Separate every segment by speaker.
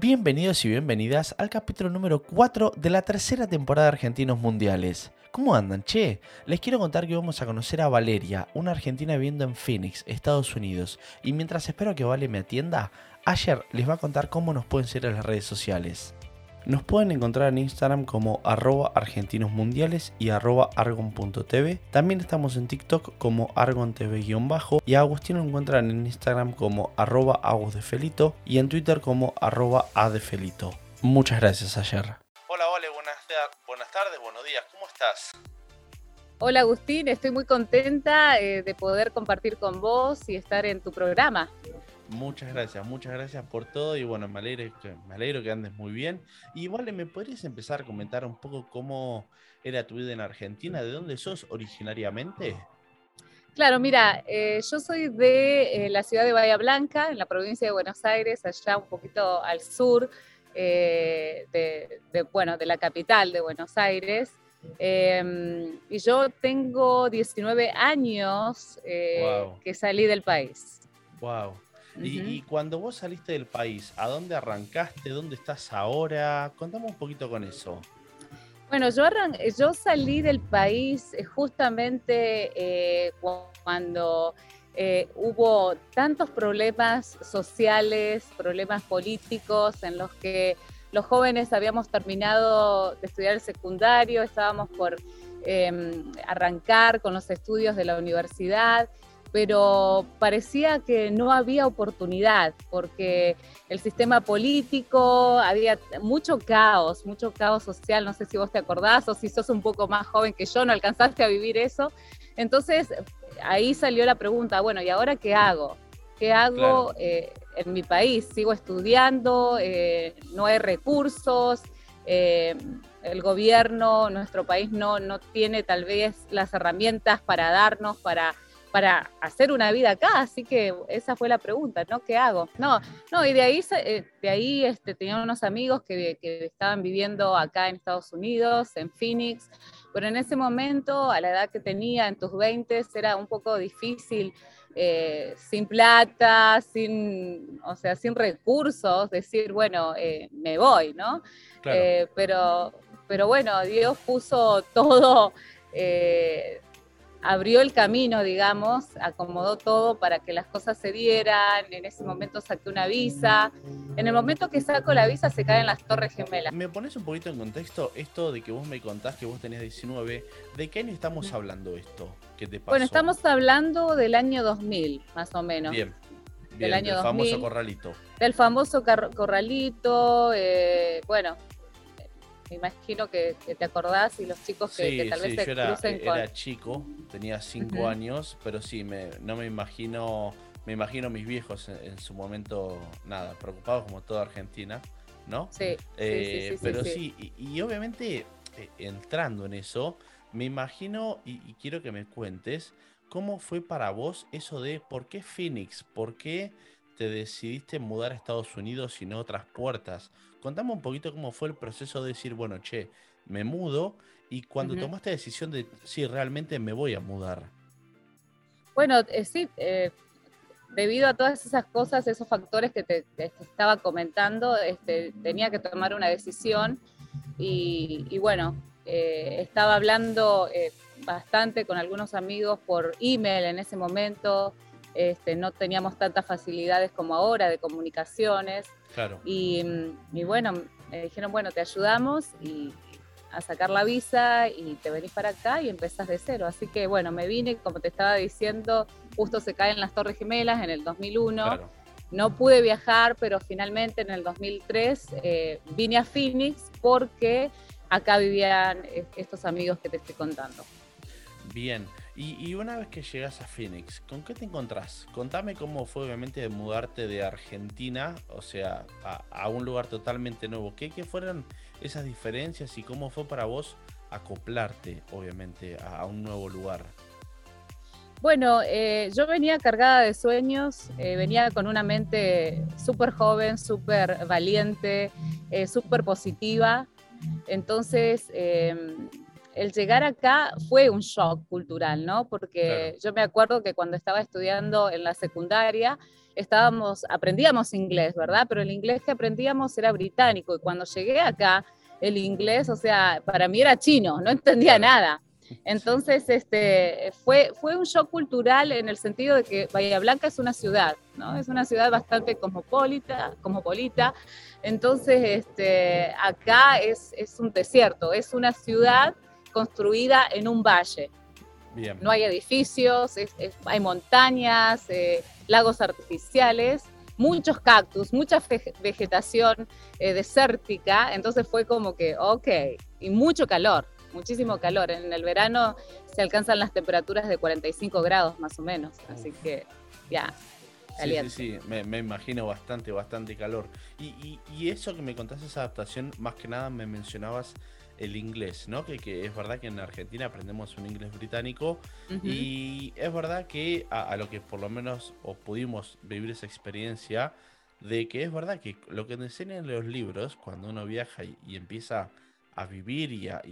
Speaker 1: Bienvenidos y bienvenidas al capítulo número 4 de la tercera temporada de Argentinos Mundiales. ¿Cómo andan, che? Les quiero contar que vamos a conocer a Valeria, una argentina viviendo en Phoenix, Estados Unidos. Y mientras espero a que Vale me atienda, Ayer les va a contar cómo nos pueden seguir en las redes sociales. Nos pueden encontrar en Instagram como @argentinosmundiales y @argon.tv. También estamos en TikTok como argontv- y a Agustín lo encuentran en Instagram como @agusdefelito y en Twitter como @adefelito. Muchas gracias, Ayer. Hola, Vale, buenas tardes, buenos días, ¿cómo estás?
Speaker 2: Hola Agustín, estoy muy contenta de poder compartir con vos y estar en tu programa.
Speaker 1: Muchas gracias por todo y bueno, me alegro que andes muy bien. Y Vale, ¿me podrías empezar a comentar un poco cómo era tu vida en Argentina? ¿De dónde sos originariamente?
Speaker 2: Claro, mira, yo soy de la ciudad de Bahía Blanca, en la provincia de Buenos Aires, allá un poquito al sur de la capital de Buenos Aires. Y yo tengo 19 años
Speaker 1: Wow,
Speaker 2: que salí del país.
Speaker 1: wow.
Speaker 2: Uh-huh.
Speaker 1: Y cuando vos saliste del país, ¿a dónde arrancaste? ¿Dónde estás ahora? Contame un poquito con eso.
Speaker 2: Bueno, yo salí del país justamente cuando hubo tantos problemas sociales, problemas políticos en los que los jóvenes habíamos terminado de estudiar el secundario, estábamos por arrancar con los estudios de la universidad, pero parecía que no había oportunidad porque el sistema político, había mucho caos social, no sé si vos te acordás o si sos un poco más joven que yo, no alcanzaste a vivir eso. Entonces ahí salió la pregunta, bueno, ¿y ahora qué hago? ¿Qué
Speaker 1: Claro,
Speaker 2: hago en mi país? Sigo estudiando, no hay recursos, el gobierno, nuestro país no tiene tal vez las herramientas para darnos, para hacer una vida acá, así que esa fue la pregunta, ¿no? ¿Qué hago? No, y de ahí tenía unos amigos que estaban viviendo acá en Estados Unidos, en Phoenix, pero en ese momento, a la edad que tenía, en tus 20, era un poco difícil, sin plata, sin recursos, decir, bueno, me voy, ¿no?
Speaker 1: claro.
Speaker 2: Eh, pero, pero bueno, Dios puso todo... Eh, abrió el camino, digamos, acomodó todo para que las cosas se dieran. En ese momento saqué una visa. En el momento que saco la visa se caen las Torres Gemelas.
Speaker 1: ¿Me pones un poquito en contexto esto de que vos me contás que vos tenías 19? ¿De qué año estamos hablando esto? ¿Qué te
Speaker 2: Bueno,
Speaker 1: pasó?
Speaker 2: estamos hablando del año 2000, más o menos.
Speaker 1: Bien,
Speaker 2: Del
Speaker 1: bien,
Speaker 2: año
Speaker 1: del famoso
Speaker 2: 2000,
Speaker 1: corralito.
Speaker 2: del famoso corralito. Bueno, me imagino que te acordás y los chicos que
Speaker 1: Sí,
Speaker 2: tal vez
Speaker 1: sí,
Speaker 2: se
Speaker 1: yo
Speaker 2: crucen con...
Speaker 1: era chico, tenía 5
Speaker 2: Uh-huh.
Speaker 1: años, pero sí, no me imagino, me imagino mis viejos en su momento, nada, preocupados como toda Argentina, ¿no?
Speaker 2: Sí, sí, sí, sí, sí,
Speaker 1: Pero
Speaker 2: sí.
Speaker 1: sí, y obviamente entrando en eso, me imagino y quiero que me cuentes cómo fue para vos eso de por qué Phoenix, por qué te decidiste mudar a Estados Unidos y no otras puertas. Contame un poquito cómo fue el proceso de decir, bueno, che, me mudo y cuando
Speaker 2: Uh-huh.
Speaker 1: tomaste la decisión de, sí, realmente me voy a mudar.
Speaker 2: Bueno, sí, debido a todas esas cosas, esos factores que te estaba comentando, tenía que tomar una decisión y bueno, estaba hablando bastante con algunos amigos por email en ese momento. No teníamos tantas facilidades como ahora de comunicaciones
Speaker 1: Claro,
Speaker 2: y bueno, me dijeron, bueno, te ayudamos y a sacar la visa y te venís para acá y empezás de cero. Así que bueno, me vine, como te estaba diciendo, justo se caen las Torres Gemelas en el 2001.
Speaker 1: claro.
Speaker 2: No pude viajar, pero finalmente en el 2003 vine a Phoenix porque acá vivían estos amigos que te estoy contando.
Speaker 1: Bien. Y una vez que llegas a Phoenix, ¿con qué te encontrás? Contame cómo fue obviamente de mudarte de Argentina, o sea, a un lugar totalmente nuevo. ¿Qué fueron esas diferencias y cómo fue para vos acoplarte, obviamente, a un nuevo lugar?
Speaker 2: Bueno, yo venía cargada de sueños, venía con una mente súper joven, súper valiente, súper positiva. Entonces, el llegar acá fue un shock cultural, ¿no? Porque
Speaker 1: Claro.
Speaker 2: yo me acuerdo que cuando estaba estudiando en la secundaria, aprendíamos inglés, ¿verdad? Pero el inglés que aprendíamos era británico y cuando llegué acá, el inglés, o sea, para mí era chino, no entendía
Speaker 1: Claro.
Speaker 2: nada.
Speaker 1: Sí.
Speaker 2: Entonces, fue un shock cultural en el sentido de que Bahía Blanca es una ciudad, ¿no? Es una ciudad bastante cosmopolita. Entonces, acá es un desierto, es una ciudad construida en un valle.
Speaker 1: Bien.
Speaker 2: No hay edificios, hay montañas, lagos artificiales, muchos cactus, mucha vegetación desértica, entonces fue como que, ok, y mucho calor, muchísimo calor. En el verano se alcanzan las temperaturas de 45 grados más o menos, así que ya, caliente.
Speaker 1: Sí, me imagino bastante calor. Y eso que me contaste, esa adaptación, más que nada me mencionabas el inglés, ¿no? Que es verdad que en Argentina aprendemos un inglés británico y es verdad que a lo que por lo menos o pudimos vivir esa experiencia de que es verdad que lo que te enseñan en los libros cuando uno viaja y empieza a vivir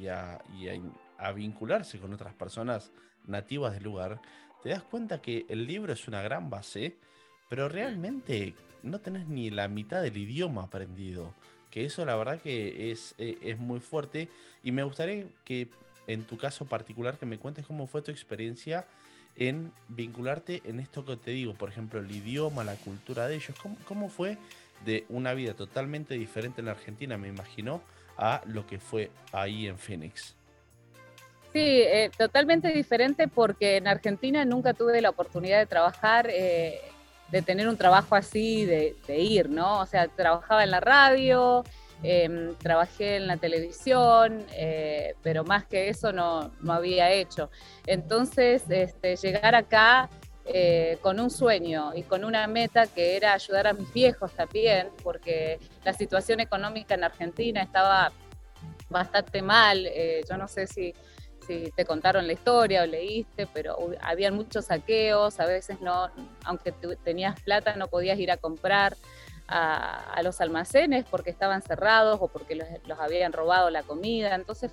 Speaker 1: a vincularse con otras personas nativas del lugar, te das cuenta que el libro es una gran base, pero realmente no tenés ni la mitad del idioma aprendido. Que eso la verdad que es muy fuerte. Y me gustaría que en tu caso particular que me cuentes cómo fue tu experiencia en vincularte en esto que te digo. Por ejemplo, el idioma, la cultura de ellos. ¿Cómo fue de una vida totalmente diferente en la Argentina, me imagino, a lo que fue ahí en Phoenix?
Speaker 2: Sí, totalmente diferente porque en Argentina nunca tuve la oportunidad de trabajar, de tener un trabajo así, de ir, ¿no? O sea, trabajaba en la radio, trabajé en la televisión, pero más que eso no había hecho. Entonces, llegar acá con un sueño y con una meta que era ayudar a mis viejos también, porque la situación económica en Argentina estaba bastante mal. Yo no sé si te contaron la historia o leíste, pero habían muchos saqueos, a veces no, aunque tenías plata no podías ir a comprar a los almacenes porque estaban cerrados o porque los habían robado la comida. Entonces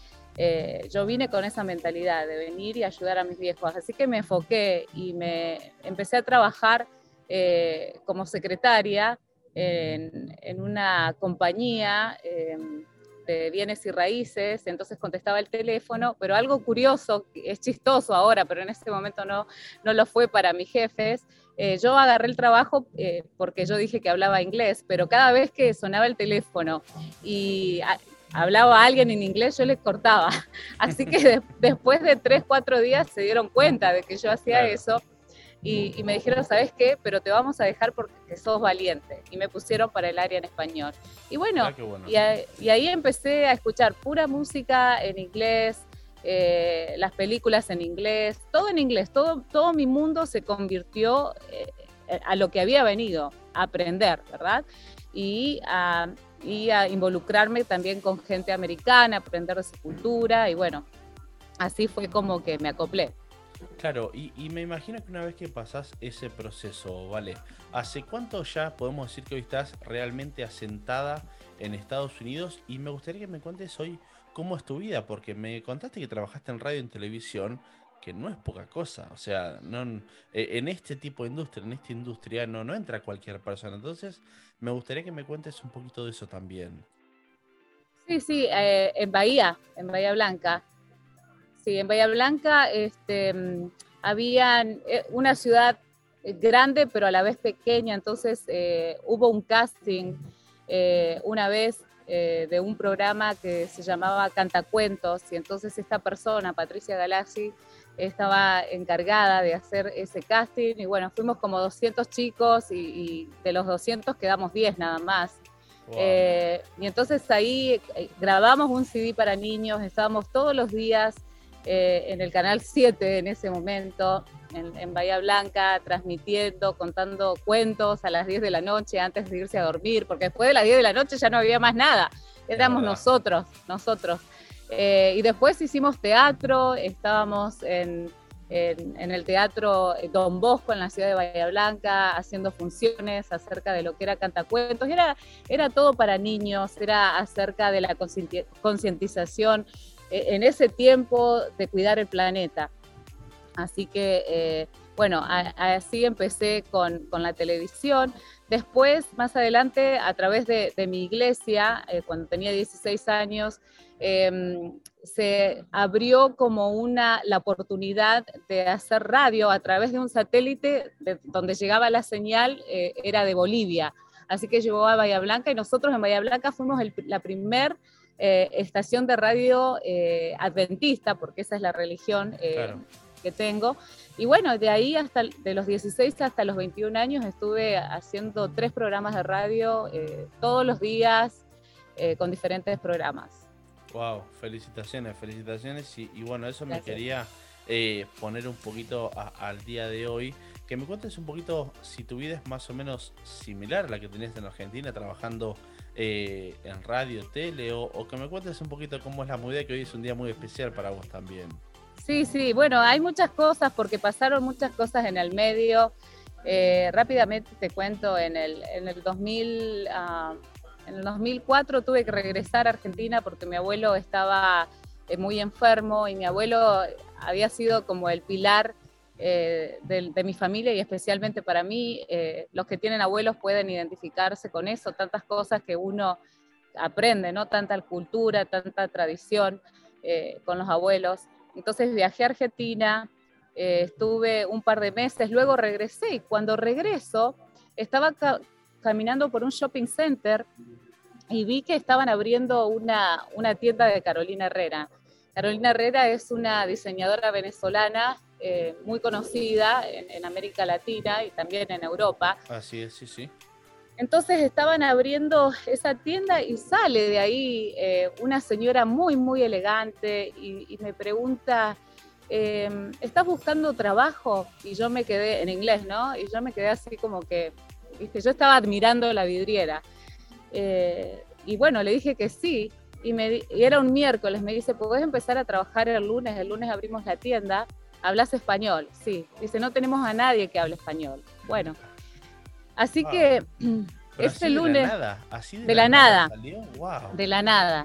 Speaker 2: yo vine con esa mentalidad de venir y ayudar a mis viejos, así que me enfoqué y me empecé a trabajar como secretaria en una compañía de bienes y raíces. Entonces contestaba el teléfono, pero algo curioso, es chistoso ahora, pero en ese momento no lo fue para mis jefes. Yo agarré el trabajo porque yo dije que hablaba inglés, pero cada vez que sonaba el teléfono y hablaba a alguien en inglés, yo le cortaba. Así que después de 3, 4 días se dieron cuenta de que yo hacía
Speaker 1: Claro.
Speaker 2: eso. Y me dijeron, ¿sabes qué? Pero te vamos a dejar porque sos valiente. Y me pusieron para el área en español. Y bueno,
Speaker 1: Bueno.
Speaker 2: y ahí empecé a escuchar pura música en inglés, las películas en inglés, todo en inglés. Todo mi mundo se convirtió a lo que había venido, a aprender, ¿verdad? Y a involucrarme también con gente americana, aprender de su cultura. Y bueno, así fue como que me acoplé.
Speaker 1: Claro, y me imagino que una vez que pasás ese proceso, ¿vale? ¿Hace cuánto ya podemos decir que hoy estás realmente asentada en Estados Unidos? Y me gustaría que me cuentes hoy cómo es tu vida, porque me contaste que trabajaste en radio y en televisión, que no es poca cosa. O sea, en este tipo de industria, en esta industria, no entra cualquier persona. Entonces, me gustaría que me cuentes un poquito de eso también.
Speaker 2: Sí, en Bahía Blanca. Sí, en Bahía Blanca había una ciudad grande, pero a la vez pequeña. Entonces hubo un casting una vez de un programa que se llamaba Cantacuentos, y entonces esta persona, Patricia Galassi, estaba encargada de hacer ese casting, y bueno, fuimos como 200 chicos y de los 200 quedamos 10 nada más.
Speaker 1: Wow.
Speaker 2: Y entonces ahí grabamos un CD para niños, estábamos todos los días en el Canal 7 en ese momento, en Bahía Blanca, transmitiendo, contando cuentos a las 10 de la noche antes de irse a dormir, porque después de las 10 de la noche ya no había más nada, éramos nosotros. Y después hicimos teatro, estábamos en el Teatro Don Bosco en la ciudad de Bahía Blanca, haciendo funciones acerca de lo que era Cantacuentos. Era todo para niños, era acerca de la concientización en ese tiempo de cuidar el planeta. Así que, bueno, así empecé con la televisión. Después, más adelante, a través de mi iglesia, cuando tenía 16 años, se abrió como la oportunidad de hacer radio a través de un satélite donde llegaba la señal, era de Bolivia. Así que llegó a Bahía Blanca y nosotros en Bahía Blanca fuimos la primer estación de radio adventista, porque esa es la religión
Speaker 1: Claro.
Speaker 2: que tengo. Y bueno, de ahí de los 16 hasta los 21 años estuve haciendo 3 programas de radio todos los días con diferentes programas.
Speaker 1: Wow, felicitaciones, felicitaciones. Y bueno, eso
Speaker 2: Gracias.
Speaker 1: me quería poner un poquito al día de hoy. Que me cuentes un poquito si tu vida es más o menos similar a la que tenías en Argentina, trabajando en radio, tele, o que me cuentes un poquito cómo es la movida, que hoy es un día muy especial para vos también.
Speaker 2: Sí, sí, bueno, hay muchas cosas porque pasaron muchas cosas en el medio. Rápidamente te cuento, en el 2000, en el 2004 tuve que regresar a Argentina porque mi abuelo estaba muy enfermo y mi abuelo había sido como el pilar de mi familia y especialmente para mí. Los que tienen abuelos pueden identificarse con eso, tantas cosas que uno aprende, ¿no? Tanta cultura, tanta tradición con los abuelos. Entonces viajé a Argentina, estuve un par de meses, luego regresé y cuando regreso estaba caminando por un shopping center y vi que estaban abriendo una tienda de Carolina Herrera. Carolina Herrera es una diseñadora venezolana muy conocida en América Latina y también en Europa.
Speaker 1: Así es, sí, sí.
Speaker 2: Entonces estaban abriendo esa tienda y sale de ahí una señora muy, muy elegante y me pregunta, ¿estás buscando trabajo? Y yo me quedé, en inglés, ¿no? Y yo me quedé así como que, ¿viste? Yo estaba admirando la vidriera. Y bueno, le dije que sí. Y era un miércoles, me dice, ¿podés empezar a trabajar el lunes abrimos la tienda, ¿hablas español? Sí. Dice, no tenemos a nadie que hable español. Bueno. Así que ese lunes,
Speaker 1: de la nada salió.
Speaker 2: Wow. De la nada.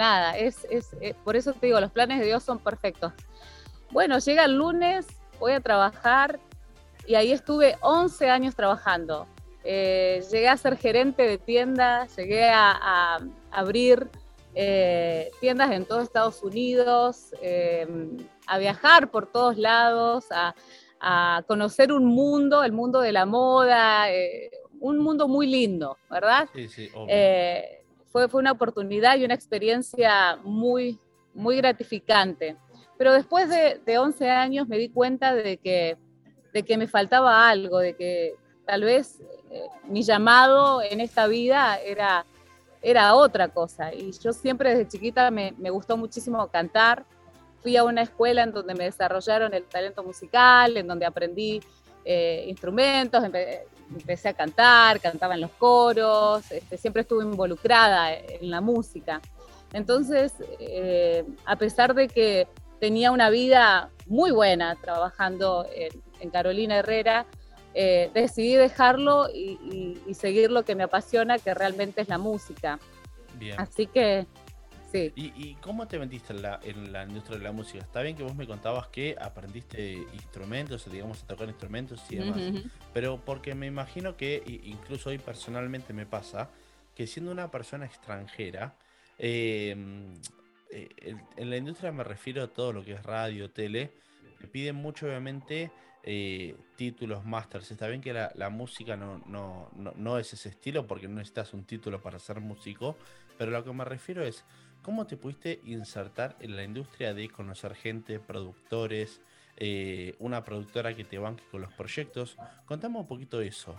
Speaker 2: Por eso te digo, los planes de Dios son perfectos. Bueno, llega el lunes, voy a trabajar y ahí estuve 11 años trabajando. Llegué a ser gerente de tienda, llegué a abrir tiendas en todo Estados Unidos, a viajar por todos lados, a conocer un mundo, el mundo de la moda, un mundo muy lindo, ¿verdad?
Speaker 1: Sí, sí, obvio.
Speaker 2: Fue una oportunidad y una experiencia muy, muy gratificante. Pero después de 11 años me di cuenta de que me faltaba algo, de que tal vez mi llamado en esta vida era otra cosa. Y yo siempre desde chiquita me gustó muchísimo cantar. Fui a una escuela en donde me desarrollaron el talento musical, en donde aprendí instrumentos, empecé a cantar, cantaba en los coros, siempre estuve involucrada en la música. Entonces, a pesar de que tenía una vida muy buena trabajando en Carolina Herrera, decidí dejarlo y seguir lo que me apasiona, que realmente es la música.
Speaker 1: Bien.
Speaker 2: Así que sí.
Speaker 1: ¿Y cómo te metiste en la industria de la música? Está bien que vos me contabas que aprendiste instrumentos, digamos, a tocar instrumentos y demás, pero porque me imagino que, incluso hoy personalmente me pasa, que siendo una persona extranjera, en la industria me refiero a todo lo que es radio, tele, te piden mucho, obviamente, títulos, másters. Está bien que la música no es ese estilo, porque no necesitas un título para ser músico, pero lo que me refiero es, ¿cómo te pudiste insertar en la industria de conocer gente, productores, una productora que te banque con los proyectos? Contame un poquito eso.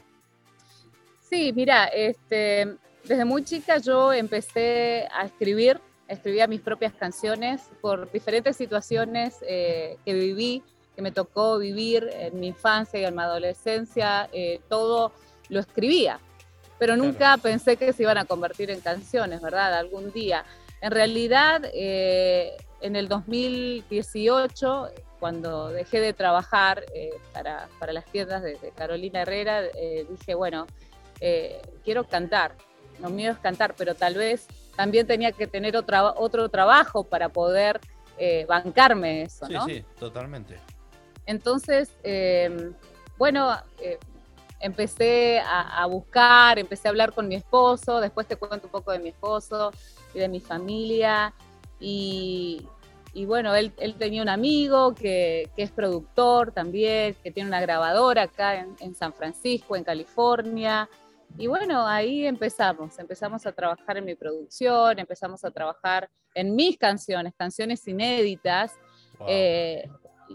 Speaker 2: Sí, mira, desde muy chica yo empecé a escribía mis propias canciones por diferentes situaciones que viví, que me tocó vivir en mi infancia y en mi adolescencia, todo lo escribía, pero nunca pensé que se iban a convertir en canciones, ¿verdad? Algún día. En realidad, en el 2018, cuando dejé de trabajar para las tiendas de Carolina Herrera, dije, bueno, quiero cantar, lo mío es cantar, pero tal vez también tenía que tener otro trabajo para poder bancarme eso,
Speaker 1: Sí,
Speaker 2: ¿no?
Speaker 1: sí, totalmente.
Speaker 2: Entonces, bueno, empecé a buscar, empecé a hablar con mi esposo, después te cuento un poco de mi esposo y de mi familia, y, y bueno, él tenía un amigo que es productor también, que tiene una grabadora acá en San Francisco, en California, y bueno, ahí empezamos a trabajar en mi producción, empezamos a trabajar en mis canciones, canciones inéditas,
Speaker 1: Wow.
Speaker 2: eh,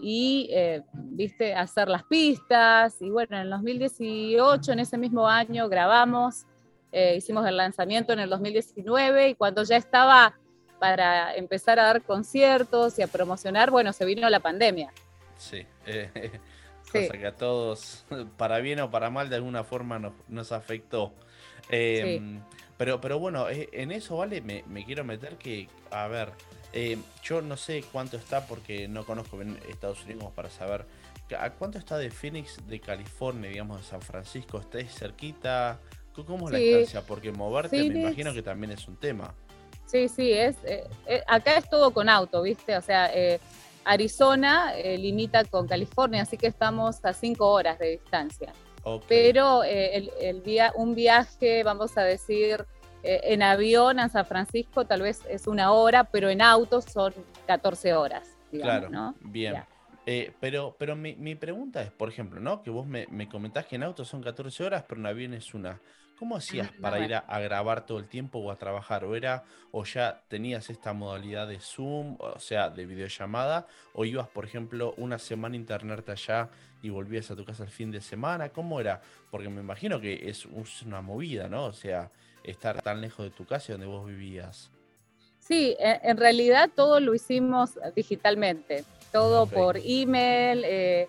Speaker 2: viste, hacer las pistas. Y bueno, en el 2018, en ese mismo año, grabamos, hicimos el lanzamiento en el 2019 y cuando ya estaba para empezar a dar conciertos y a promocionar, bueno, se vino la pandemia.
Speaker 1: Sí.
Speaker 2: Sí,
Speaker 1: Cosa que a todos, para bien o para mal, de alguna forma nos afectó.
Speaker 2: sí,
Speaker 1: Em, pero bueno, en eso, ¿vale? Me quiero meter que, a ver, yo no sé cuánto está porque no conozco bien Estados Unidos como para saber. ¿A cuánto está de Phoenix, de California, digamos, de San Francisco? ¿Estáis cerquita? ¿Cómo es la
Speaker 2: sí.
Speaker 1: distancia? Porque moverte me imagino
Speaker 2: Phoenix,
Speaker 1: que también es un tema.
Speaker 2: sí, sí, acá es todo con auto, ¿viste? O sea, Arizona limita con California, así que estamos a 5 horas de distancia.
Speaker 1: Ok,
Speaker 2: Pero un viaje, vamos a decir, en avión a San Francisco tal vez es 1 hora, pero en auto son 14 horas, digamos,
Speaker 1: claro,
Speaker 2: ¿no?
Speaker 1: bien.
Speaker 2: Ya.
Speaker 1: Pero mi pregunta es, por ejemplo, ¿no? Que vos me comentás que en auto son 14 horas, pero en avión es una. ¿Cómo hacías
Speaker 2: Ah,
Speaker 1: para ir
Speaker 2: bueno.
Speaker 1: a grabar todo el tiempo o a trabajar? O ya tenías esta modalidad de Zoom, o sea, de videollamada? ¿O ibas, por ejemplo, una semana a internarte allá y volvías a tu casa el fin de semana? ¿Cómo era? Porque me imagino que es una movida, ¿no? O sea, estar tan lejos de tu casa y donde vos vivías.
Speaker 2: Sí, en realidad todo lo hicimos digitalmente, todo
Speaker 1: Ok,
Speaker 2: por email,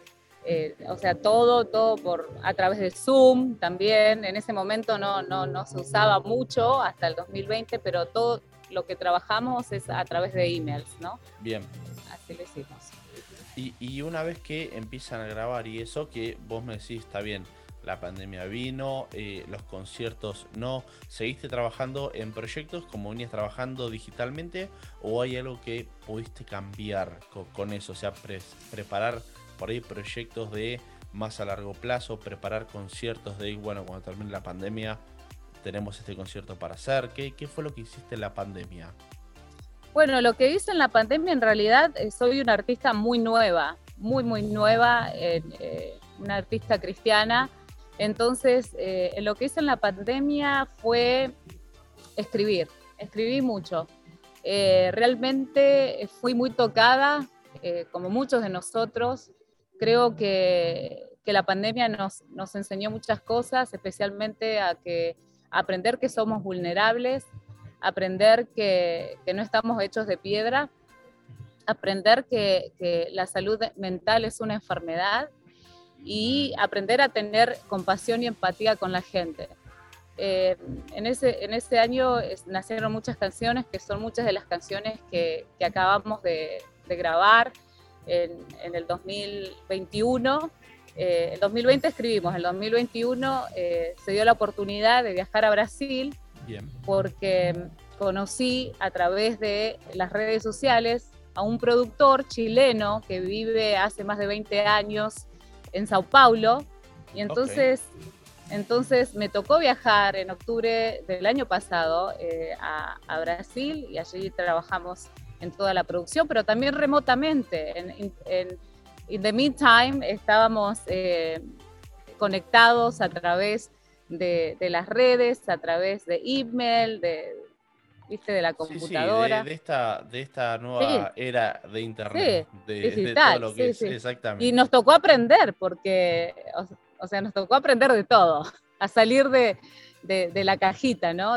Speaker 2: o sea, todo a través de Zoom también. En ese momento no se usaba mucho hasta el 2020, pero todo lo que trabajamos es a través de emails, ¿no?
Speaker 1: bien.
Speaker 2: Así lo hicimos.
Speaker 1: Y una vez que empiezan a grabar y eso, que vos me decís, está bien, la pandemia vino, los conciertos no, ¿seguiste trabajando en proyectos como venías trabajando digitalmente o hay algo que pudiste cambiar con eso? O sea, preparar por ahí proyectos de más a largo plazo, preparar conciertos de, bueno, cuando termine la pandemia tenemos este concierto para hacer. ¿Qué fue lo que hiciste en la pandemia?
Speaker 2: Bueno, lo que hice en la pandemia, en realidad, soy una artista muy nueva, muy nueva, una artista cristiana. Entonces, lo que hice en la pandemia fue escribir, escribí mucho. Realmente fui muy tocada, como muchos de nosotros. Creo que la pandemia nos enseñó muchas cosas, especialmente a aprender que somos vulnerables, aprender que no estamos hechos de piedra, aprender que la salud mental es una enfermedad y aprender a tener compasión y empatía con la gente. Eh, en ese año nacieron muchas canciones, que son muchas de las canciones que acabamos de grabar en el 2021. El 2020 escribimos, el 2021 se dio la oportunidad de viajar a Brasil
Speaker 1: Bien,
Speaker 2: porque conocí a través de las redes sociales a un productor chileno que vive hace más de 20 años en Sao Paulo. Y
Speaker 1: ok.
Speaker 2: entonces me tocó viajar en octubre del año pasado a Brasil y allí trabajamos en toda la producción, pero también remotamente. In the meantime estábamos conectados a través de las redes, a través de email, ¿viste? De la
Speaker 1: Sí, sí, de,
Speaker 2: computadora.
Speaker 1: de esta, de esta
Speaker 2: Sí,
Speaker 1: nueva era de internet,
Speaker 2: sí,
Speaker 1: de todo
Speaker 2: digital,
Speaker 1: lo que
Speaker 2: sí,
Speaker 1: es,
Speaker 2: sí. Y
Speaker 1: exactamente.
Speaker 2: nos tocó aprender, porque, o sea, nos tocó aprender de todo, a salir de la cajita, ¿no?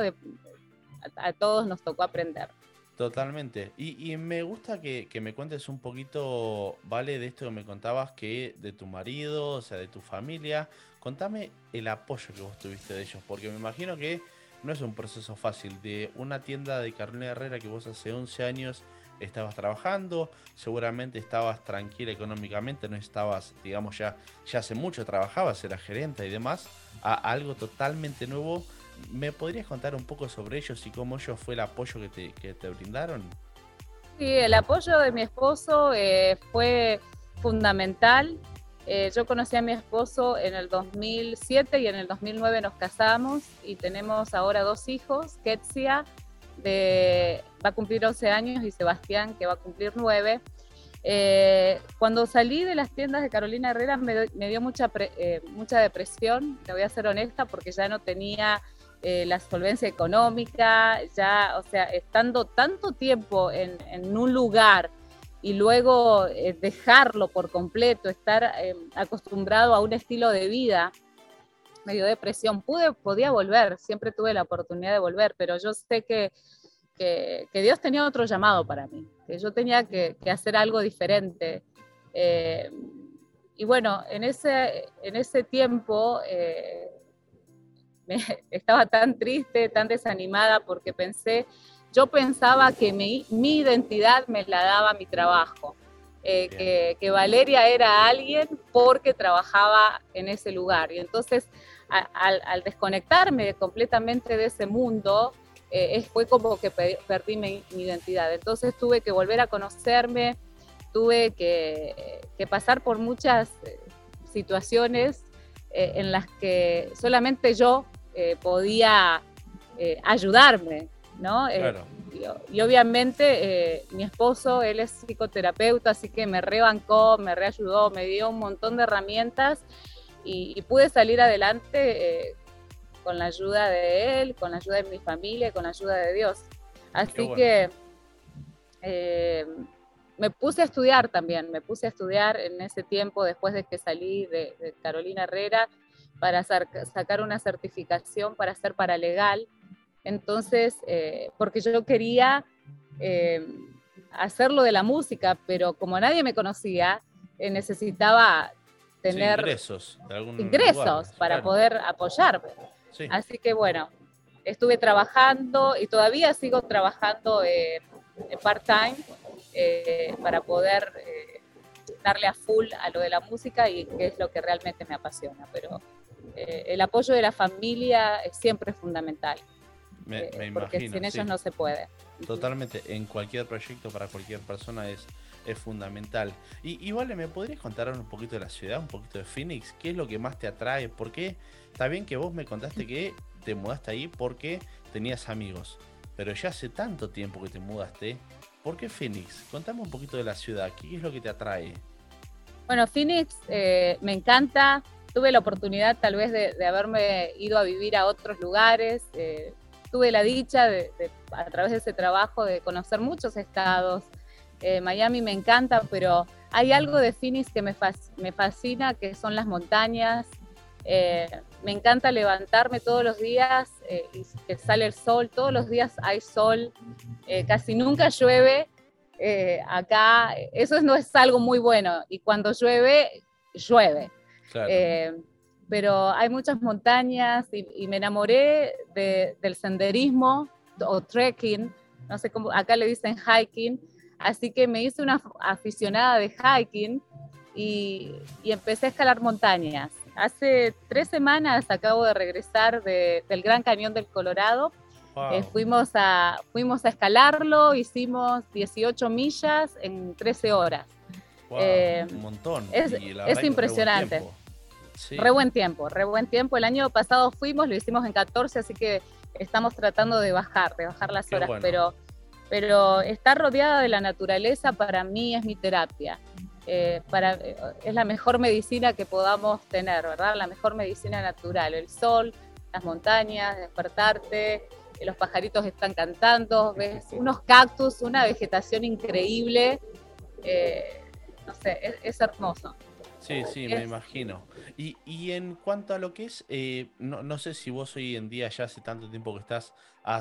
Speaker 2: A todos nos tocó aprender.
Speaker 1: Totalmente. Y me gusta que me cuentes un poquito, ¿vale? De esto que me contabas, que de tu marido, o sea, de tu familia. Contame el apoyo que vos tuviste de ellos, porque me imagino que no es un proceso fácil. De una tienda de Carolina Herrera que vos hace 11 años estabas trabajando, seguramente estabas tranquila económicamente, no estabas, digamos, ya hace mucho trabajabas, eras gerente y demás, a algo totalmente nuevo. ¿Me podrías contar un poco sobre ellos y cómo ellos fue el apoyo que te brindaron?
Speaker 2: el apoyo de mi esposo fue fundamental. Yo conocí a mi esposo en el 2007 y en el 2009 nos casamos y tenemos ahora 2 hijos, Ketsia, va a cumplir 11 años, y Sebastián, que va a cumplir 9. Cuando salí de las tiendas de Carolina Herrera me dio mucha depresión, te voy a ser honesta, porque ya no tenía la solvencia económica, ya, o sea, estando tanto tiempo en un lugar y luego dejarlo por completo, estar acostumbrado a un estilo de vida, me dio depresión. Podía volver, siempre tuve la oportunidad de volver, pero yo sé que Dios tenía otro llamado para mí, que yo tenía que hacer algo diferente. Y bueno, en ese tiempo estaba tan triste, tan desanimada, porque yo pensaba que mi identidad me la daba mi trabajo, que Valeria era alguien porque trabajaba en ese lugar. Y entonces, al desconectarme completamente de ese mundo, fue como que perdí mi identidad. Entonces tuve que volver a conocerme, tuve que pasar por muchas situaciones en las que solamente yo podía ayudarme, ¿no?
Speaker 1: Claro.
Speaker 2: Y obviamente mi esposo, él es psicoterapeuta, así que me rebancó, me reayudó, me dio un montón de herramientas y pude salir adelante con la ayuda de él, con la ayuda de mi familia, con la ayuda de Dios. Así bueno. Que me puse a estudiar también, en ese tiempo, después de que salí de Carolina Herrera, para sacar una certificación para ser paralegal. Entonces, porque yo quería hacerlo de la música, pero como nadie me conocía, necesitaba tener
Speaker 1: ingresos, de algún
Speaker 2: ingresos lugar, para poder apoyarme. Sí. Así que bueno, estuve trabajando y todavía sigo trabajando part-time para poder darle a full a lo de la música, y que es lo que realmente me apasiona. Pero el apoyo de la familia es siempre fundamental.
Speaker 1: Me imagino,
Speaker 2: porque sin ellos no se puede.
Speaker 1: Totalmente, en cualquier proyecto, para cualquier persona es fundamental. Y Vale, ¿me podrías contar un poquito de la ciudad, un poquito de Phoenix? ¿Qué es lo que más te atrae? ¿Por qué? Está bien que vos me contaste que te mudaste ahí porque tenías amigos, pero ya hace tanto tiempo que te mudaste. ¿Por qué Phoenix? Contame un poquito de la ciudad. ¿Qué es lo que te atrae?
Speaker 2: Bueno, Phoenix me encanta. Tuve la oportunidad tal vez de haberme ido a vivir a otros lugares. Tuve la dicha a través de ese trabajo de conocer muchos estados. Miami me encanta, pero hay algo de Phoenix que me fascina, que son las montañas. Me encanta levantarme todos los días y que sale el sol. Todos los días hay sol, casi nunca llueve. Acá eso no es algo muy bueno, y cuando llueve, llueve. Claro. Pero hay muchas montañas y me enamoré del senderismo o trekking, no sé cómo, acá le dicen hiking, así que me hice una aficionada de hiking y empecé a escalar montañas. Hace 3 semanas acabo de regresar del Gran Cañón del Colorado. Wow. Fuimos a escalarlo, hicimos 18 millas en 13 horas.
Speaker 1: Wow, un montón.
Speaker 2: Es impresionante. Re buen tiempo. El año pasado fuimos, lo hicimos en 14, así que estamos tratando de bajar las horas. Bueno. Pero estar rodeada de la naturaleza para mí es mi terapia. Es la mejor medicina que podamos tener, ¿verdad? La mejor medicina natural. El sol, las montañas, despertarte, los pajaritos están cantando, ves unos cactus, una vegetación increíble. No sé, es hermoso.
Speaker 1: Sí, me imagino. Y en cuanto a lo que es, no sé si vos hoy en día, ya hace tanto tiempo que estás,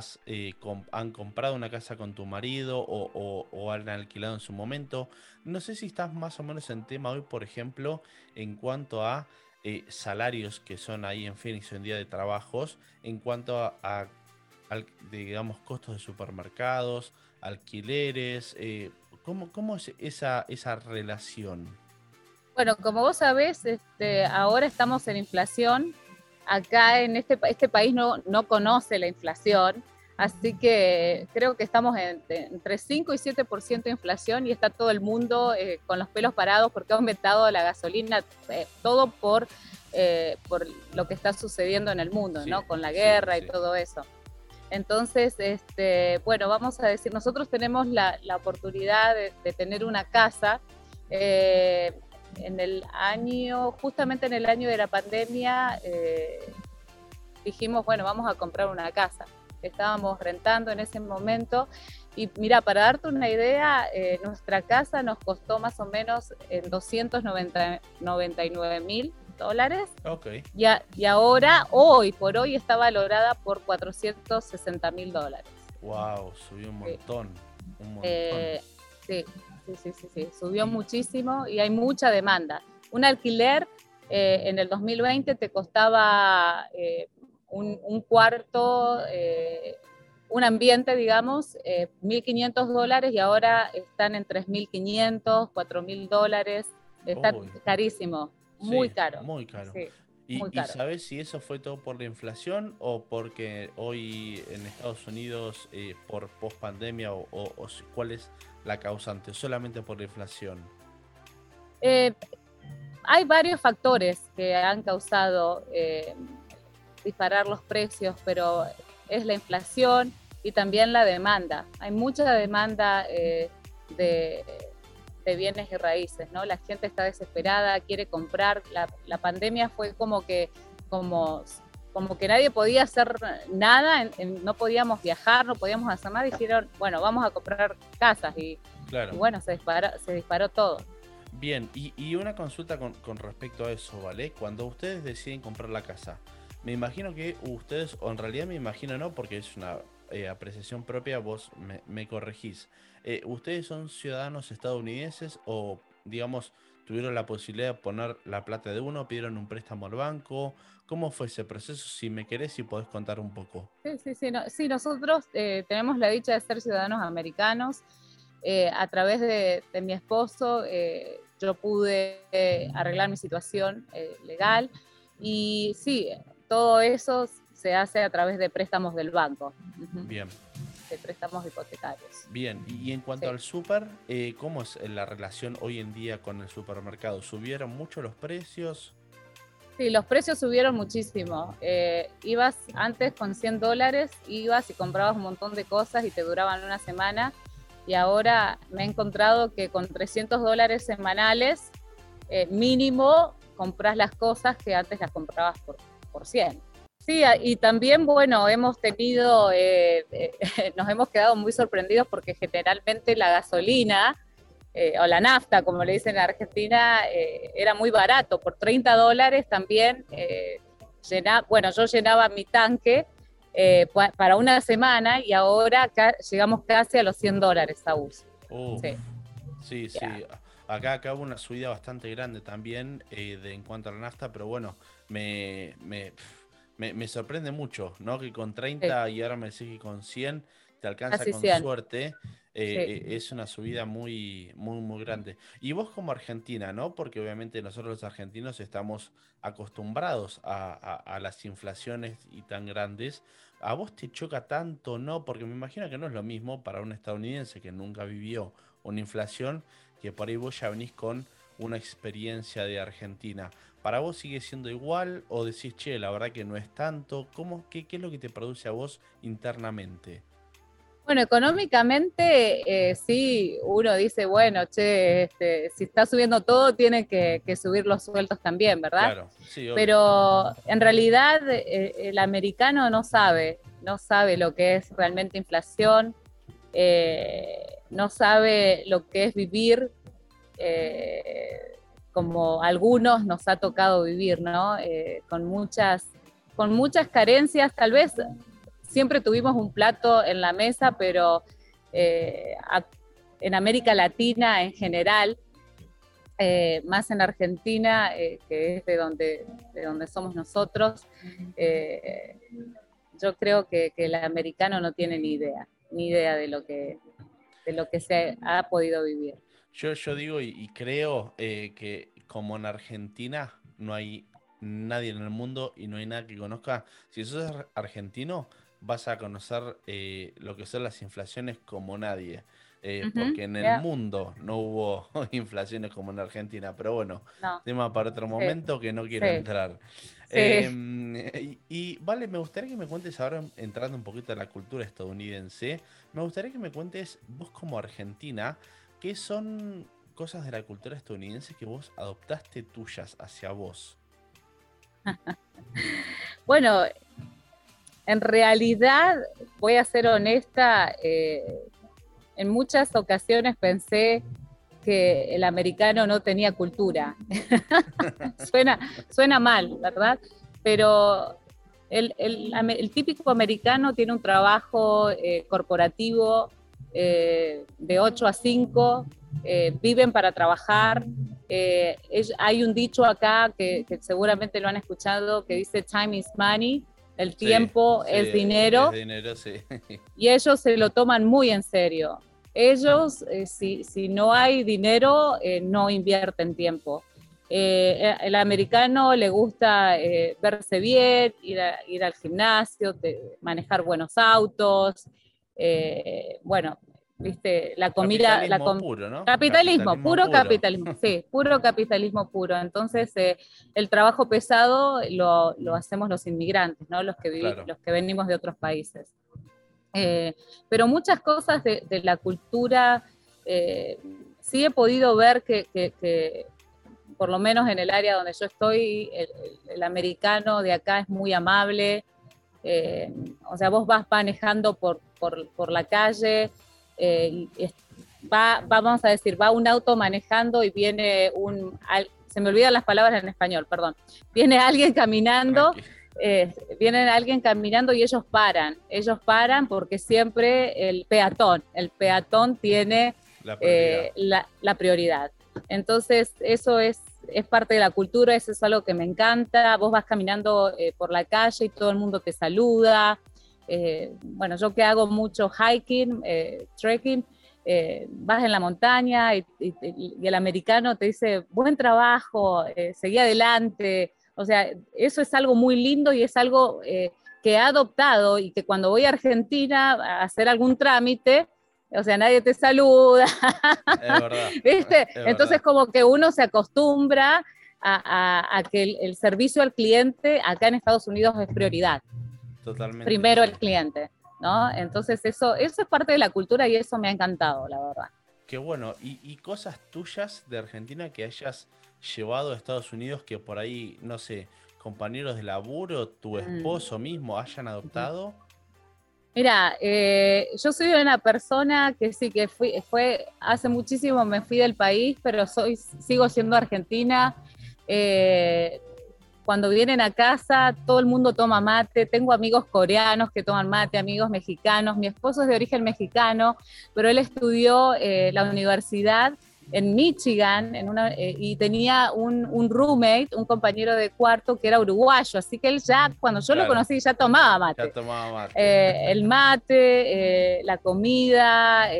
Speaker 1: han comprado una casa con tu marido o han alquilado en su momento. No sé si estás más o menos en tema hoy, por ejemplo, en cuanto a salarios que son ahí en Phoenix hoy en día de trabajos, en cuanto a digamos, costos de supermercados, alquileres. ¿Cómo es esa relación?
Speaker 2: Bueno, como vos sabés, ahora estamos en inflación. Acá en este país no conoce la inflación, Así que creo que estamos entre 5 y 7% de inflación y está todo el mundo con los pelos parados porque ha aumentado la gasolina, todo por lo que está sucediendo en el mundo,
Speaker 1: Sí,
Speaker 2: ¿no? Con la
Speaker 1: sí,
Speaker 2: guerra y
Speaker 1: sí.
Speaker 2: todo eso. Entonces, bueno, vamos a decir, nosotros tenemos la oportunidad de tener una casa. eh, Justamente en el año de la pandemia, dijimos, bueno, vamos a comprar una casa. Estábamos rentando en ese momento y mira, para darte una idea, nuestra casa nos costó más o menos en $299,000
Speaker 1: Ok.
Speaker 2: y ahora, hoy por hoy, está valorada por $460,000.
Speaker 1: Wow, subió un
Speaker 2: Sí.
Speaker 1: montón, un montón.
Speaker 2: Eh, sí, sí, subió
Speaker 1: Y
Speaker 2: muchísimo y hay mucha demanda. Un alquiler en el 2020 te costaba un cuarto, un ambiente, digamos, $1,500 y ahora están en $3,500, $4,000. Está
Speaker 1: uy,
Speaker 2: carísimo, muy
Speaker 1: sí,
Speaker 2: caro.
Speaker 1: muy caro.
Speaker 2: Sí, muy
Speaker 1: ¿Y
Speaker 2: caro.
Speaker 1: sabes si eso fue todo por la inflación o porque hoy en Estados Unidos, por post pandemia, cuál es la causante? ¿Solamente por la inflación?
Speaker 2: Eh, Hay varios factores que han causado disparar los precios, pero es la inflación y también la demanda. Hay mucha demanda de, de bienes y raíces, ¿no? La gente está desesperada, quiere comprar. La pandemia fue como, como que nadie podía hacer nada, no podíamos viajar, no podíamos hacer nada. Dijeron, bueno, vamos a comprar casas y
Speaker 1: Claro.
Speaker 2: bueno, se disparó todo.
Speaker 1: Bien, y una consulta con respecto a eso, ¿vale? Cuando ustedes deciden comprar la casa, me imagino que ustedes, o en realidad me imagino no, porque es una apreciación propia, vos me corregís. ¿Ustedes son ciudadanos estadounidenses o, digamos, tuvieron la posibilidad de poner la plata de uno, pidieron un préstamo al banco? ¿Cómo fue ese proceso? Si me querés, si podés contar un poco.
Speaker 2: Sí, sí, nosotros tenemos la dicha de ser ciudadanos americanos. A través de mi esposo, yo pude arreglar mi situación legal y sí, todo eso se hace a través de préstamos del banco,
Speaker 1: Bien.
Speaker 2: de préstamos hipotecarios.
Speaker 1: Bien, y en cuanto
Speaker 2: Sí.
Speaker 1: al súper, ¿cómo es la relación hoy en día con el supermercado? ¿Subieron mucho los precios?
Speaker 2: Sí, los precios subieron muchísimo. Ibas antes con $100, ibas y comprabas un montón de cosas y te duraban una semana. Y ahora me he encontrado que con $300 semanales, mínimo, compras las cosas que antes las comprabas por 100. Sí, y también, bueno, nos hemos quedado muy sorprendidos porque generalmente la gasolina o la nafta, como le dicen en Argentina, era muy barato. Por $30 también, bueno, yo llenaba mi tanque para una semana y ahora llegamos casi a los $100 a uso.
Speaker 1: Uf,
Speaker 2: Sí,
Speaker 1: sí,
Speaker 2: yeah.
Speaker 1: sí. Acá hubo una subida bastante grande también en cuanto a la nafta, pero bueno, me sorprende mucho, ¿no? Que con
Speaker 2: Sí,
Speaker 1: 30 y ahora me decís que con 100 te alcanza
Speaker 2: casi
Speaker 1: con
Speaker 2: 100.
Speaker 1: suerte.
Speaker 2: Sí.
Speaker 1: Es una subida muy, muy, muy grande. Y vos como Argentina, ¿no? Porque obviamente nosotros los argentinos estamos acostumbrados a las inflaciones y tan grandes. ¿A vos te choca tanto, no? Porque me imagino que no es lo mismo para un estadounidense que nunca vivió una inflación, que por ahí vos ya venís con una experiencia de Argentina. ¿Para vos sigue siendo igual o decís, che, la verdad que no es tanto? ¿Qué es lo que te produce a vos internamente?
Speaker 2: Bueno, económicamente sí, uno dice, bueno, che, si está subiendo todo, tiene que subir los sueldos también, ¿verdad?
Speaker 1: Claro, sí, obvio.
Speaker 2: Pero en realidad el americano no sabe lo que es realmente inflación, no sabe lo que es vivir como algunos nos ha tocado vivir, ¿no? Con muchas carencias, tal vez siempre tuvimos un plato en la mesa, pero eh, a, en América Latina en general, más en Argentina, que es de donde somos nosotros, eh, yo creo que el americano no tiene ni idea de lo que se ha podido vivir.
Speaker 1: Yo digo y creo que como en Argentina no hay nadie en el mundo y no hay nada que conozca. Si sos argentino, vas a conocer lo que son las inflaciones como nadie.
Speaker 2: Ujú,
Speaker 1: Porque en el
Speaker 2: ya,
Speaker 1: mundo no hubo inflaciones como en Argentina, pero bueno,
Speaker 2: no,
Speaker 1: tema para otro
Speaker 2: sí,
Speaker 1: momento que no quiero
Speaker 2: sí,
Speaker 1: entrar.
Speaker 2: sí.
Speaker 1: Vale, me gustaría que me cuentes ahora, entrando un poquito a la cultura estadounidense, me gustaría que me cuentes vos como argentina, ¿qué son cosas de la cultura estadounidense que vos adoptaste tuyas hacia vos?
Speaker 2: Bueno, en realidad, voy a ser honesta, en muchas ocasiones pensé que el americano no tenía cultura. suena, suena mal, ¿verdad? Pero el típico americano tiene un trabajo corporativo de 8 a 5, viven para trabajar. Hay un dicho acá que seguramente lo han escuchado que dice time is money, el
Speaker 1: Sí,
Speaker 2: tiempo
Speaker 1: sí,
Speaker 2: es
Speaker 1: es
Speaker 2: dinero,
Speaker 1: dinero, sí.
Speaker 2: y ellos se lo toman muy en serio. Ellos, si no hay dinero, no invierten tiempo. El americano le gusta verse bien, ir al gimnasio, manejar buenos autos, bueno, viste,
Speaker 1: Capitalismo puro, ¿no?
Speaker 2: capitalismo,
Speaker 1: Capitalismo
Speaker 2: puro
Speaker 1: puro.
Speaker 2: capitalismo, sí, puro capitalismo puro. Entonces, el trabajo pesado lo hacemos los inmigrantes, ¿no?
Speaker 1: Claro.
Speaker 2: Los que venimos de otros países. Pero muchas cosas de la cultura eh, sí he podido ver que, por lo menos en el área donde yo estoy, el americano de acá es muy amable. O sea, vos vas manejando por la calle, vamos a decir, va un auto manejando y viene se me olvidan las palabras en español, perdón, viene alguien caminando,
Speaker 1: Tranqui.
Speaker 2: viene alguien caminando y ellos paran porque siempre el peatón tiene
Speaker 1: La prioridad.
Speaker 2: la prioridad. Entonces, eso es parte de la cultura, eso es algo que me encanta. Vos vas caminando por la calle y todo el mundo te saluda. Bueno, yo que hago mucho hiking, trekking, vas en la montaña y el americano te dice, buen trabajo, seguí adelante. O sea, eso es algo muy lindo y es algo que he adoptado y que cuando voy a Argentina a hacer algún trámite, o sea, nadie te saluda,
Speaker 1: Es verdad.
Speaker 2: ¿viste?
Speaker 1: Es
Speaker 2: Entonces
Speaker 1: verdad.
Speaker 2: como que uno se acostumbra a que el servicio al cliente acá en Estados Unidos es prioridad.
Speaker 1: Totalmente.
Speaker 2: Primero el cliente, ¿no? Entonces eso es parte de la cultura y eso me ha encantado, la verdad.
Speaker 1: Qué bueno. Y cosas tuyas de Argentina que hayas llevado a Estados Unidos que por ahí, no sé, compañeros de laburo, tu
Speaker 2: Mm.
Speaker 1: esposo mismo hayan adoptado?
Speaker 2: Mira, yo soy una persona que sí, que fue hace muchísimo me fui del país, pero sigo siendo argentina. Eh, Cuando vienen a casa, todo el mundo toma mate. Tengo amigos coreanos que toman mate, amigos mexicanos. Mi esposo es de origen mexicano, pero él estudió la universidad en Michigan y tenía un roommate, un compañero de cuarto que era uruguayo. Así que él ya, cuando yo lo
Speaker 1: Claro,
Speaker 2: conocí, ya tomaba
Speaker 1: ya
Speaker 2: mate.
Speaker 1: tomaba mate.
Speaker 2: El mate, la comida,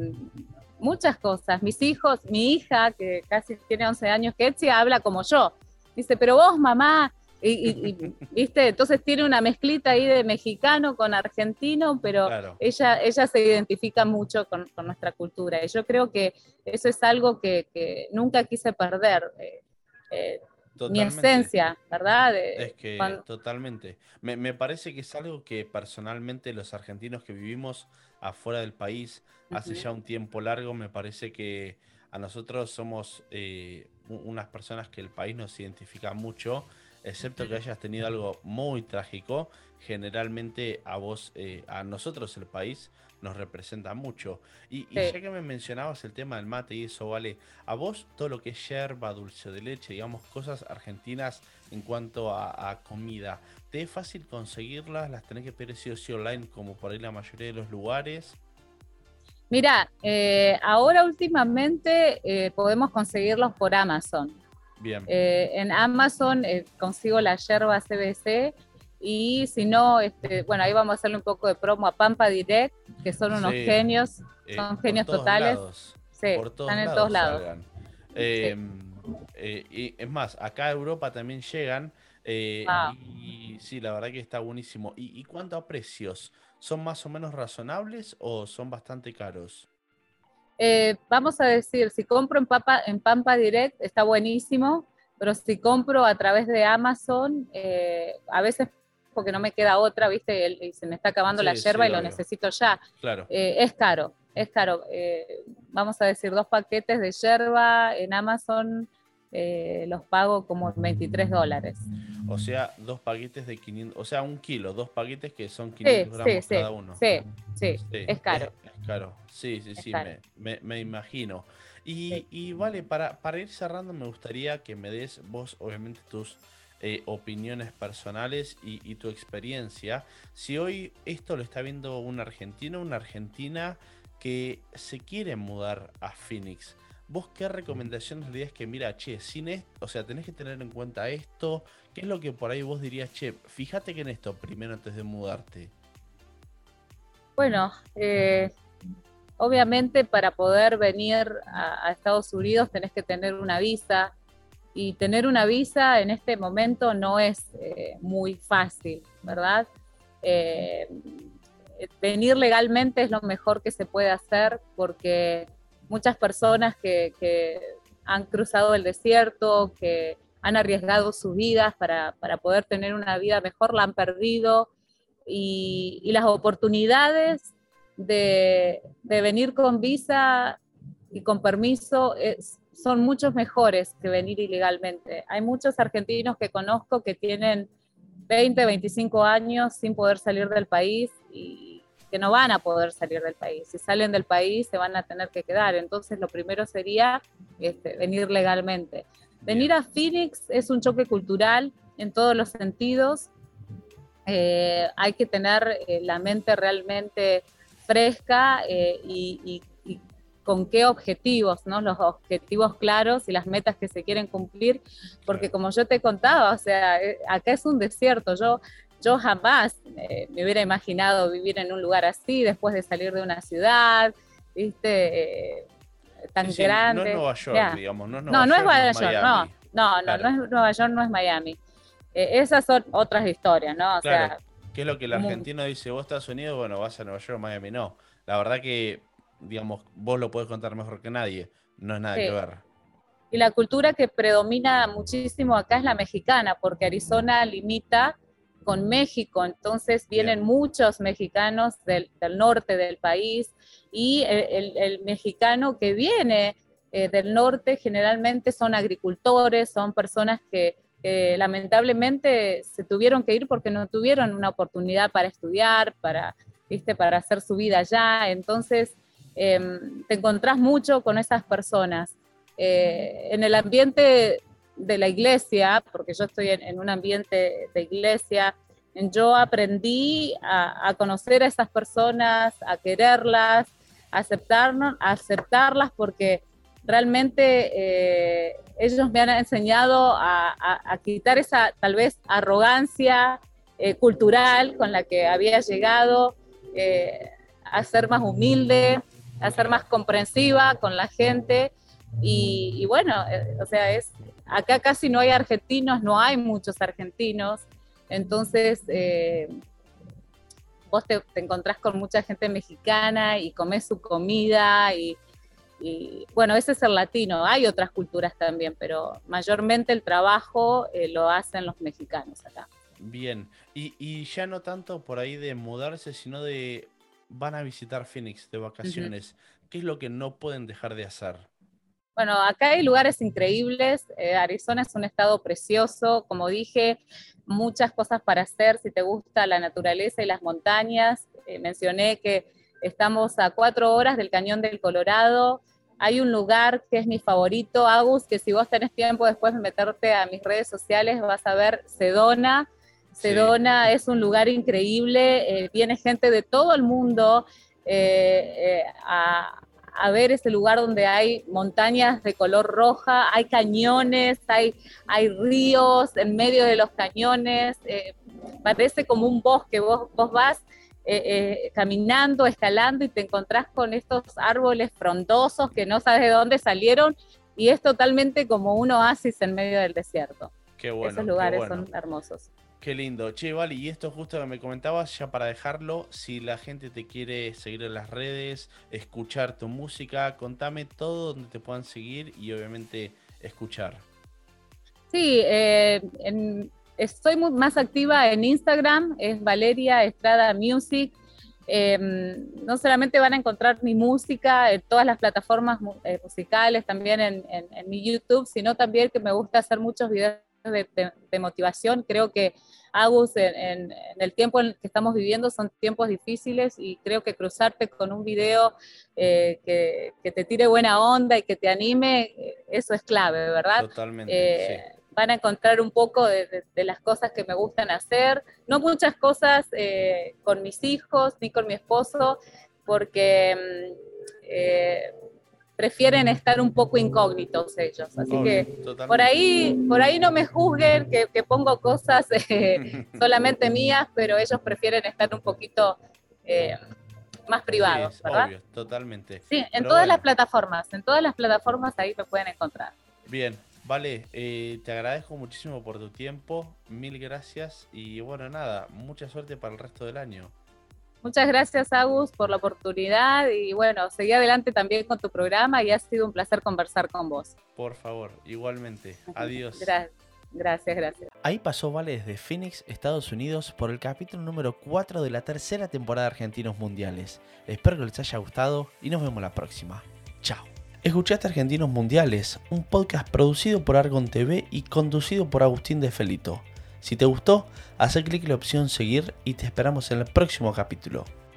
Speaker 2: muchas cosas. Mi hija, que casi tiene 11 años, que Etsy habla como yo. Dice, pero vos, mamá, ¿viste? Entonces tiene una mezclita ahí de mexicano con argentino, pero
Speaker 1: Claro,
Speaker 2: ella se identifica mucho con nuestra cultura. Y yo creo que eso es algo que nunca quise perder. Eh, Mi
Speaker 1: totalmente.
Speaker 2: esencia, ¿verdad?
Speaker 1: Es que totalmente. Me parece que es algo que personalmente los argentinos que vivimos afuera del país hace
Speaker 2: Ujú,
Speaker 1: ya un tiempo largo, me parece que a nosotros somos unas personas que el país nos identifica mucho, excepto que hayas tenido algo muy trágico. Generalmente a vos, a nosotros el país nos representa mucho. Y
Speaker 2: sí.
Speaker 1: ya que me mencionabas el tema del mate y eso, vale, a vos todo lo que es yerba, dulce de leche, digamos, cosas argentinas en cuanto a comida. ¿Te es fácil conseguirlas? ¿Las tenés que pedir sí o sí online como por ahí la mayoría de los lugares?
Speaker 2: Mira, ahora últimamente podemos conseguirlos por Amazon.
Speaker 1: Bien,
Speaker 2: En Amazon consigo la yerba CBC y si no, bueno, ahí vamos a hacerle un poco de promo a Pampa Direct, que
Speaker 1: sí,
Speaker 2: son
Speaker 1: por
Speaker 2: genios
Speaker 1: todos
Speaker 2: totales.
Speaker 1: lados,
Speaker 2: Sí,
Speaker 1: por
Speaker 2: están
Speaker 1: todos
Speaker 2: en todos
Speaker 1: lados
Speaker 2: lados.
Speaker 1: salgan.
Speaker 2: Sí.
Speaker 1: Y es más, acá a Europa también llegan
Speaker 2: Wow.
Speaker 1: y sí, la verdad que está buenísimo. ¿Y cuánto a precios? ¿Son más o menos razonables o son bastante caros?
Speaker 2: Vamos a decir, si compro en Pampa Direct está buenísimo, pero si compro a través de Amazon, a veces porque no me queda otra, ¿viste? Y se me está acabando la
Speaker 1: Sí,
Speaker 2: yerba
Speaker 1: sí,
Speaker 2: y lo
Speaker 1: obvio.
Speaker 2: necesito ya.
Speaker 1: Claro.
Speaker 2: Es caro, es caro. Vamos a decir, 2 paquetes de yerba en Amazon los pago como $23.
Speaker 1: O sea, dos paquetes de 500, o sea, un kilo, dos paquetes que son
Speaker 2: Sí,
Speaker 1: 500
Speaker 2: sí,
Speaker 1: gramos
Speaker 2: sí,
Speaker 1: cada uno.
Speaker 2: sí, sí,
Speaker 1: Sí,
Speaker 2: es caro,
Speaker 1: es caro. Sí, sí,
Speaker 2: es
Speaker 1: sí,
Speaker 2: caro.
Speaker 1: me imagino.
Speaker 2: Sí.
Speaker 1: Y vale, para ir cerrando, me gustaría que me des vos, obviamente, tus opiniones personales y tu experiencia. Si hoy esto lo está viendo un argentino, una argentina que se quiere mudar a Phoenix, ¿vos qué recomendaciones le dirías que, mira, che, sin esto, o sea, tenés que tener en cuenta esto? ¿Qué es lo que por ahí vos dirías, che, fíjate que en esto primero antes de mudarte?
Speaker 2: Bueno, obviamente para poder venir a Estados Unidos tenés que tener una visa y tener una visa en este momento no es muy fácil, ¿verdad? Eh, Venir legalmente es lo mejor que se puede hacer porque muchas personas que han cruzado el desierto, que han arriesgado sus vidas para poder tener una vida mejor, la han perdido y las oportunidades de venir con visa y con permiso son muchos mejores que venir ilegalmente. Hay muchos argentinos que conozco que tienen 20, 25 años sin poder salir del país y que no van a poder salir del país. Si salen del país se van a tener que quedar. Entonces lo primero sería venir legalmente. Venir
Speaker 1: Bien.
Speaker 2: a Phoenix es un choque cultural en todos los sentidos. Hay que tener la mente realmente fresca y con qué objetivos, ¿no? Los objetivos claros y las metas que se quieren cumplir, porque
Speaker 1: Claro.
Speaker 2: como yo te contaba, o sea, acá es un desierto, yo jamás me hubiera imaginado vivir en un lugar así después de salir de una ciudad, ¿viste?
Speaker 1: Sí,
Speaker 2: Tan
Speaker 1: sí, no es
Speaker 2: grande.
Speaker 1: Nueva York,
Speaker 2: Ya.
Speaker 1: digamos, no es Nueva
Speaker 2: No, no es
Speaker 1: York, no es
Speaker 2: Nueva York, no,
Speaker 1: Miami.
Speaker 2: no
Speaker 1: Claro,
Speaker 2: es Nueva York, no es Miami. Esas son otras historias, ¿no? O
Speaker 1: claro.
Speaker 2: sea,
Speaker 1: ¿Qué es lo que el argentino dice? Vos Estados Unidos, bueno, vas a Nueva York, Miami, no. La verdad que, digamos, vos lo podés contar mejor que nadie. No es nada que
Speaker 2: sí.
Speaker 1: ver.
Speaker 2: Y la cultura que predomina muchísimo acá es la mexicana, porque Arizona limita con México, entonces vienen
Speaker 1: Bien,
Speaker 2: muchos mexicanos del norte del país y el mexicano que viene del norte generalmente son agricultores, son personas que lamentablemente se tuvieron que ir porque no tuvieron una oportunidad para estudiar, ¿viste? Para hacer su vida allá, entonces te encontrás mucho con esas personas en el ambiente de la iglesia, porque yo estoy en un ambiente de iglesia, yo aprendí a conocer a esas personas, a quererlas, a aceptarlas porque realmente ellos me han enseñado a quitar esa tal vez arrogancia cultural con la que había llegado, a ser más humilde, a ser más
Speaker 1: claro.
Speaker 2: comprensiva con la gente y bueno, o sea, acá casi no hay argentinos, no hay muchos argentinos, entonces vos te encontrás con mucha gente mexicana y comés su comida y bueno, ese es el latino, hay otras culturas también, pero mayormente el trabajo lo hacen los mexicanos acá.
Speaker 1: Bien. Y ya no tanto por ahí de mudarse, sino de van a visitar Phoenix de
Speaker 2: Uh -huh.
Speaker 1: vacaciones. ¿Qué es lo que no pueden dejar de hacer?
Speaker 2: Bueno, acá hay lugares increíbles. Arizona es un estado precioso, como dije, muchas cosas para hacer si te gusta la naturaleza y las montañas. Mencioné que estamos a 4 horas del Cañón del Colorado. Hay un lugar que es mi favorito, Agus, que si vos tenés tiempo después de meterte a mis redes sociales vas a ver Sedona.
Speaker 1: Sí,
Speaker 2: Sedona es un lugar increíble, viene gente de todo el mundo a ver ese lugar donde hay montañas de color roja, hay cañones, hay ríos en medio de los cañones, parece como un bosque, vos vas caminando, escalando y te encontrás con estos árboles frondosos que no sabes de dónde salieron y es totalmente como un oasis en medio del desierto.
Speaker 1: qué
Speaker 2: Esos
Speaker 1: bueno, qué
Speaker 2: lugares
Speaker 1: bueno.
Speaker 2: son hermosos.
Speaker 1: Qué lindo. Che, vale, y esto justo que me comentabas, ya para dejarlo, si la gente te quiere seguir en las redes, escuchar tu música, contame todo donde te puedan seguir y obviamente escuchar.
Speaker 2: Sí, estoy más activa en Instagram, es Valeria Estrada Music. No solamente van a encontrar mi música en todas las plataformas musicales, también en mi YouTube, sino también que me gusta hacer muchos videos de motivación. Creo que Agus, en el tiempo en el que estamos viviendo son tiempos difíciles y creo que cruzarte con un video que te tire buena onda y que te anime, eso es clave, ¿verdad?
Speaker 1: Totalmente, sí.
Speaker 2: Van a encontrar un poco de las cosas que me gustan hacer, no muchas cosas con mis hijos ni con mi esposo, porque prefieren estar un poco incógnitos ellos. Así
Speaker 1: Obvio,
Speaker 2: que
Speaker 1: totalmente.
Speaker 2: por ahí no me juzguen que pongo cosas solamente mías, pero ellos prefieren estar un poquito más privados,
Speaker 1: Sí,
Speaker 2: ¿verdad?
Speaker 1: obvio, totalmente.
Speaker 2: Sí,
Speaker 1: Pero bueno,
Speaker 2: en todas las plataformas ahí me pueden encontrar.
Speaker 1: bien, vale, te agradezco muchísimo por tu tiempo, mil gracias y bueno, nada, mucha suerte para el resto del año.
Speaker 2: Muchas gracias, Agus, por la oportunidad y bueno, seguí adelante también con tu programa y ha sido un placer conversar con vos.
Speaker 1: Por favor, igualmente. Adiós.
Speaker 2: Gracias.
Speaker 1: Ahí pasó Vale desde Phoenix, Estados Unidos, por el capítulo número 4 de la tercera temporada de Argentinos Mundiales. Espero que les haya gustado y nos vemos la próxima. Chao. Escuchaste Argentinos Mundiales, un podcast producido por Argon TV y conducido por Agustín de Felito. Si te gustó, haz clic en la opción seguir y te esperamos en el próximo capítulo.